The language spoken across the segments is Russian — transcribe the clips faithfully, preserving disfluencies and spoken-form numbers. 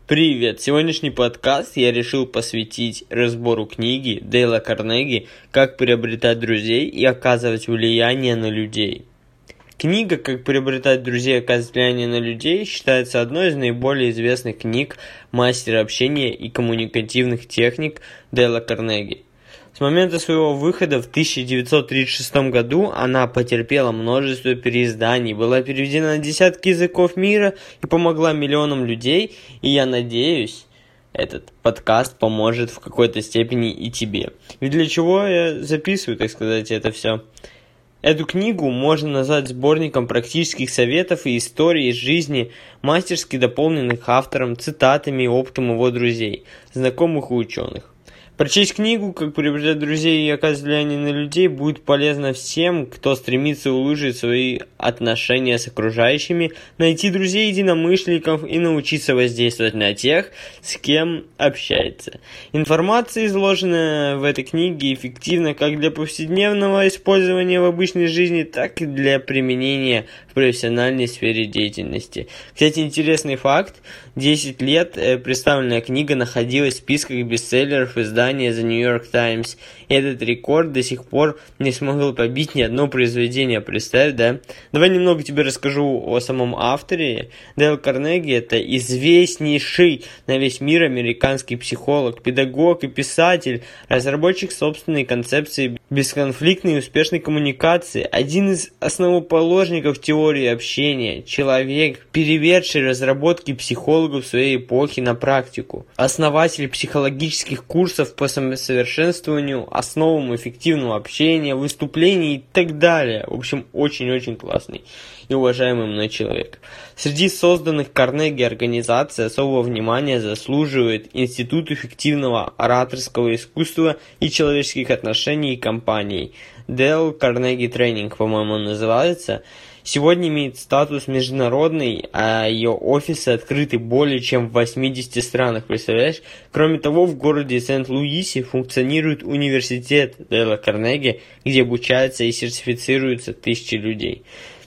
Привет! Сегодняшний подкаст я решил посвятить разбору книги Дейла Карнеги «Как приобретать друзей и оказывать влияние на людей». Книга «Как приобретать друзей и оказывать влияние на людей» считается одной из наиболее известных книг мастера общения и коммуникативных техник Дейла Карнеги. С момента своего выхода в тысяча девятьсот тридцать шестом году она потерпела множество переизданий, была переведена на десятки языков мира и помогла миллионам людей, и я надеюсь, этот подкаст поможет в какой-то степени и тебе. Ведь для чего я записываю, так сказать, это все? Эту книгу можно назвать сборником практических советов и историй из жизни, мастерски дополненных автором, цитатами и опытом его друзей, знакомых и ученых. Прочесть книгу «Как приобретать друзей и оказывать влияние на людей» будет полезно всем, кто стремится улучшить свои отношения с окружающими, найти друзей-единомышленников и научиться воздействовать на тех, с кем общается. Информация, изложенная в этой книге, эффективна как для повседневного использования в обычной жизни, так и для применения в профессиональной сфере деятельности. Кстати, интересный факт. десять лет представленная книга находилась в списках бестселлеров издания The New York Times. Этот рекорд до сих пор не смогло побить ни одно произведение. Представь, да? Давай немного тебе расскажу о самом авторе. Дейл Карнеги — это известнейший на весь мир американский психолог, педагог и писатель, разработчик собственной концепции бесконфликтной и успешной коммуникации, один из основоположников теории общения, человек, переведший разработки психологов своей эпохи на практику, основатель психологических курсов по самосовершенствованию, основам эффективного общения, выступлений и так далее. В общем, очень-очень классный и уважаемый мной человек. Среди созданных Карнеги организаций особого внимания заслуживает Институт эффективного ораторского искусства и человеческих отношений и компаний. Дейл Карнеги Тренинг, по-моему, он называется. Сегодня имеет статус международный, а ее офисы открыты более чем в восьмидесяти странах, представляешь? Кроме того, в городе Сент-Луисе функционирует университет Дейла Карнеги, где обучаются и сертифицируются тысячи людей.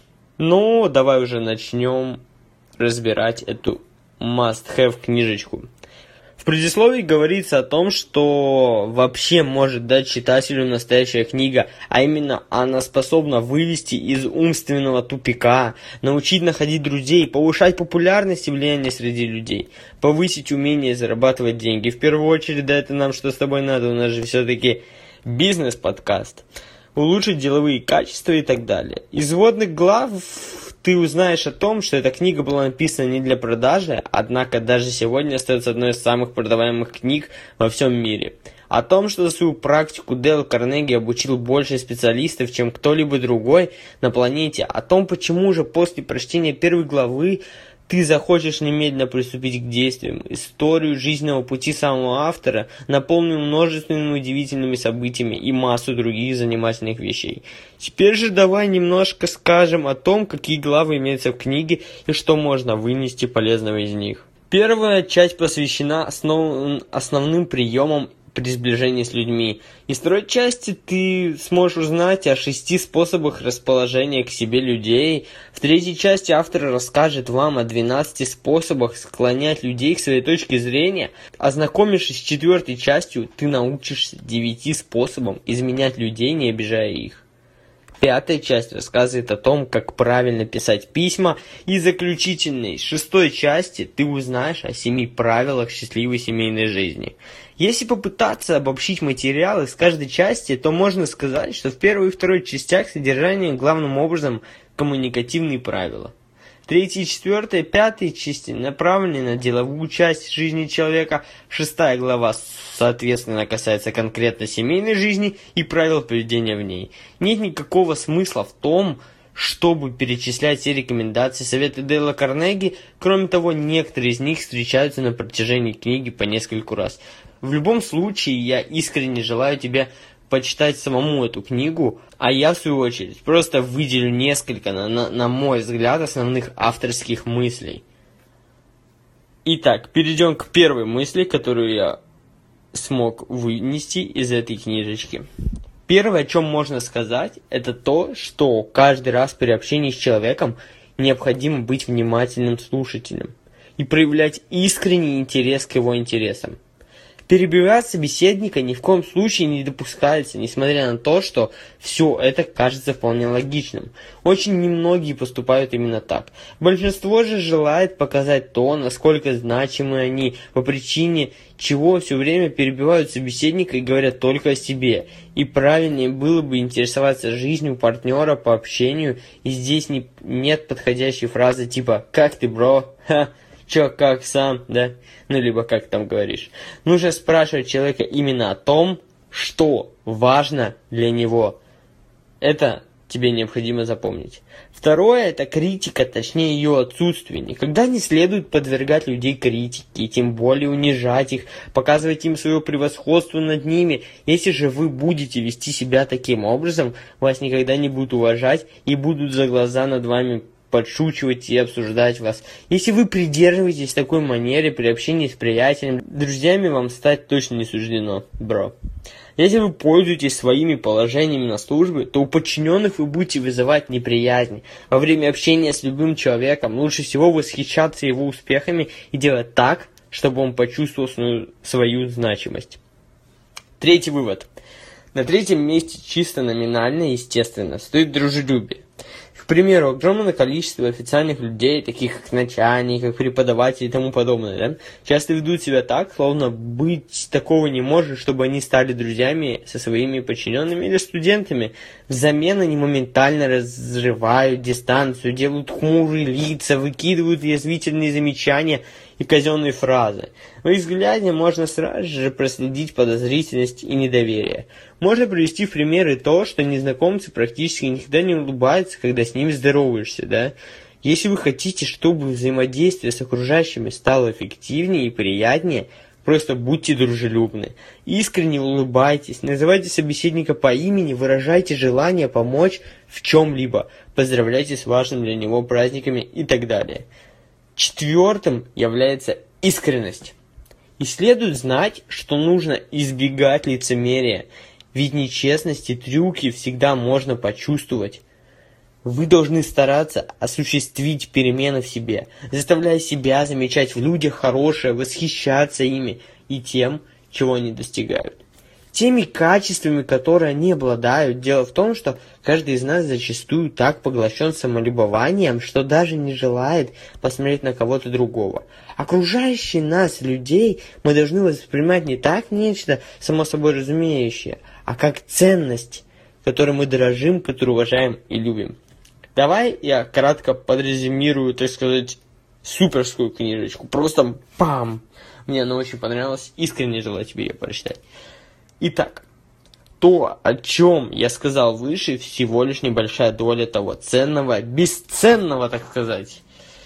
Ну, давай уже начнем разбирать эту must-have книжечку. В предисловии говорится о том, что вообще может дать читателю настоящая книга, а именно она способна вывести из умственного тупика, научить находить друзей, повышать популярность и влияние среди людей, повысить умение зарабатывать деньги. В первую очередь, да, это нам что с тобой надо, у нас же все-таки бизнес-подкаст. Улучшить деловые качества и так далее. Из вводных глав ты узнаешь о том, что эта книга была написана не для продажи, однако даже сегодня остается одной из самых продаваемых книг во всем мире. О том, что за свою практику Дейл Карнеги обучил больше специалистов, чем кто-либо другой на планете. О том, почему же после прочтения первой главы ты захочешь немедленно приступить к действиям. Историю жизненного пути самого автора, наполненную множественными удивительными событиями и массу других занимательных вещей. Теперь же давай немножко скажем о том, какие главы имеются в книге и что можно вынести полезного из них. Первая часть посвящена основ... основным приемам при сближении с людьми. Из второй части ты сможешь узнать о шести способах расположения к себе людей. В третьей части автор расскажет вам о двенадцати способах склонять людей к своей точке зрения. Ознакомившись с четвертой частью, ты научишься девяти способам изменять людей, не обижая их. Пятая часть рассказывает о том, как правильно писать письма. И заключительной, шестой части, ты узнаешь о семи правилах счастливой семейной жизни. Если попытаться обобщить материал из каждой части, то можно сказать, что в первой и второй частях содержание главным образом коммуникативные правила. Третья, четвертая, пятая части направлены на деловую часть жизни человека. Шестая глава, соответственно, касается конкретно семейной жизни и правил поведения в ней. Нет никакого смысла в том, чтобы перечислять все рекомендации, советы Дейла Карнеги. Кроме того, некоторые из них встречаются на протяжении книги по нескольку раз. В любом случае, я искренне желаю тебе почитать самому эту книгу, а я, в свою очередь, просто выделю несколько, на, на, на мой взгляд, основных авторских мыслей. Итак, перейдем к первой мысли, которую я смог вынести из этой книжечки. Первое, о чем можно сказать, это то, что каждый раз при общении с человеком необходимо быть внимательным слушателем. и проявлять искренний интерес к его интересам. Перебивать собеседника ни в коем случае не допускается, несмотря на то, что все это кажется вполне логичным. Очень немногие поступают именно так. Большинство же желает показать то, насколько значимы они, по причине чего все время перебивают собеседника и говорят только о себе. И правильнее было бы интересоваться жизнью партнера по общению, и здесь не, нет подходящей фразы типа «Как ты, бро?» Ха. Чё, как сам, да? Ну, либо как там говоришь. Нужно спрашивать человека именно о том, что важно для него. Это тебе необходимо запомнить. Второе – это критика, точнее ее отсутствие. Никогда не следует подвергать людей критике, и тем более унижать их, показывать им свое превосходство над ними. Если же вы будете вести себя таким образом, вас никогда не будут уважать и будут за глаза над вами подшучивать и обсуждать вас. Если вы придерживаетесь такой манере при общении с приятелем, друзьями вам стать точно не суждено, бро. Если вы пользуетесь своими положениями на службе, то у подчиненных вы будете вызывать неприязнь. Во время общения с любым человеком лучше всего восхищаться его успехами и делать так, чтобы он почувствовал свою, свою значимость. Третий вывод. На третьем месте чисто номинально, естественно, стоит дружелюбие. К примеру, огромное количество официальных людей, таких как начальник, как преподаватели и тому подобное, да, часто ведут себя так, словно быть такого не может, чтобы они стали друзьями со своими подчиненными или студентами. Взамен они моментально разрывают дистанцию, делают хмурые лица, выкидывают язвительные замечания и казенные фразы. В их взгляде можно сразу же проследить подозрительность и недоверие. Можно привести в примеры то, что незнакомцы практически никогда не улыбаются, когда с ними здороваешься, да? Если вы хотите, чтобы взаимодействие с окружающими стало эффективнее и приятнее, просто будьте дружелюбны. Искренне улыбайтесь, называйте собеседника по имени, выражайте желание помочь в чем-либо, поздравляйте с важными для него праздниками и так далее. Четвертым является искренность. И следует знать, что нужно избегать лицемерия, ведь нечестность и трюки всегда можно почувствовать. Вы должны стараться осуществить перемены в себе, заставляя себя замечать в людях хорошее, восхищаться ими и тем, чего они достигают. Теми качествами, которые они обладают. Дело в том, что каждый из нас зачастую так поглощен самолюбованием, что даже не желает посмотреть на кого-то другого. Окружающие нас людей мы должны воспринимать не так нечто само собой разумеющее, а как ценность, которой мы дорожим, которую уважаем и любим. Давай я кратко подрезюмирую, так сказать, суперскую книжечку. Просто пам! Мне она очень понравилась. Искренне желаю тебе ее прочитать. Итак, то, о чем я сказал выше, всего лишь небольшая доля того ценного, бесценного, так сказать,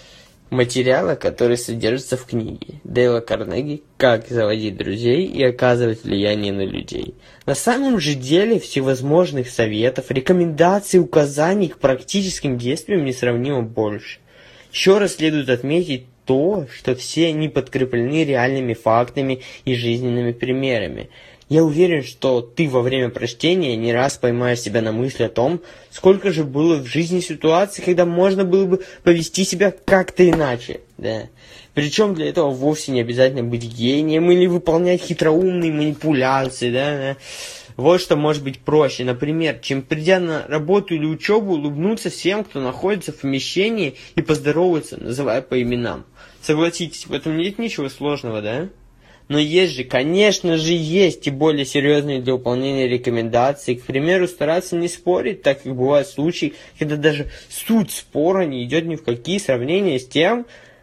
материала, который содержится в книге Дейла Карнеги «Как заводить друзей и оказывать влияние на людей». На самом же деле всевозможных советов, рекомендаций, указаний к практическим действиям несравнимо больше. Еще раз следует отметить то, что все они подкреплены реальными фактами и жизненными примерами. Я уверен, что ты во время прочтения не раз поймаешь себя на мысли о том, сколько же было в жизни ситуаций, когда можно было бы повести себя как-то иначе, да. Причем для этого вовсе не обязательно быть гением или выполнять хитроумные манипуляции, да, да. Вот что может быть проще, например, чем придя на работу или учебу, улыбнуться всем, кто находится в помещении, и поздороваться, называя по именам. Согласитесь, в этом нет ничего сложного, да? Но есть же, конечно же, есть и более серьезные для выполнения рекомендации. К примеру, стараться не спорить, так как бывают случаи, когда даже суть спора не идет ни в какие сравнения с тем,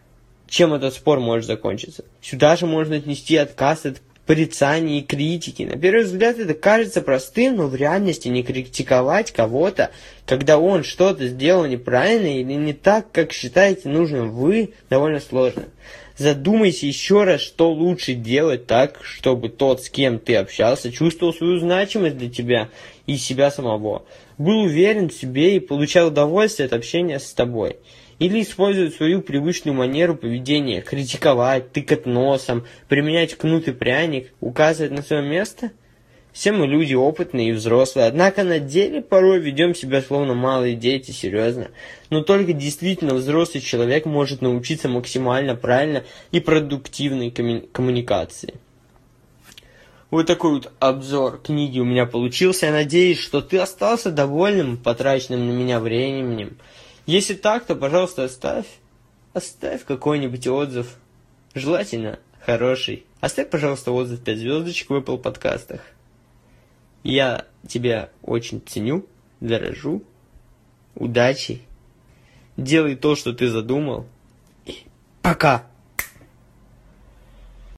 чем этот спор может закончиться. Сюда же можно отнести отказ от порицания и критики. На первый взгляд это кажется простым, но в реальности не критиковать кого-то, когда он что-то сделал неправильно или не так, как считаете нужным вы, довольно сложно. Задумайся еще раз, что лучше делать так, чтобы тот, с кем ты общался, чувствовал свою значимость для тебя и себя самого, был уверен в себе и получал удовольствие от общения с тобой. Или использовать свою привычную манеру поведения, критиковать, тыкать носом, применять кнут и пряник, указывать на свое место. Все мы люди опытные и взрослые, однако на деле порой ведем себя словно малые дети, серьезно. Но только действительно взрослый человек может научиться максимально правильно и продуктивной комму- коммуникации. Вот такой вот обзор книги у меня получился. Я надеюсь, что ты остался довольным потраченным на меня временем. Если так, то, пожалуйста, оставь, оставь какой-нибудь отзыв. Желательно хороший. Оставь, пожалуйста, отзыв пять звездочек в Apple подкастах. Я тебя очень ценю, дорожу. Удачи. Делай то, что ты задумал. И пока.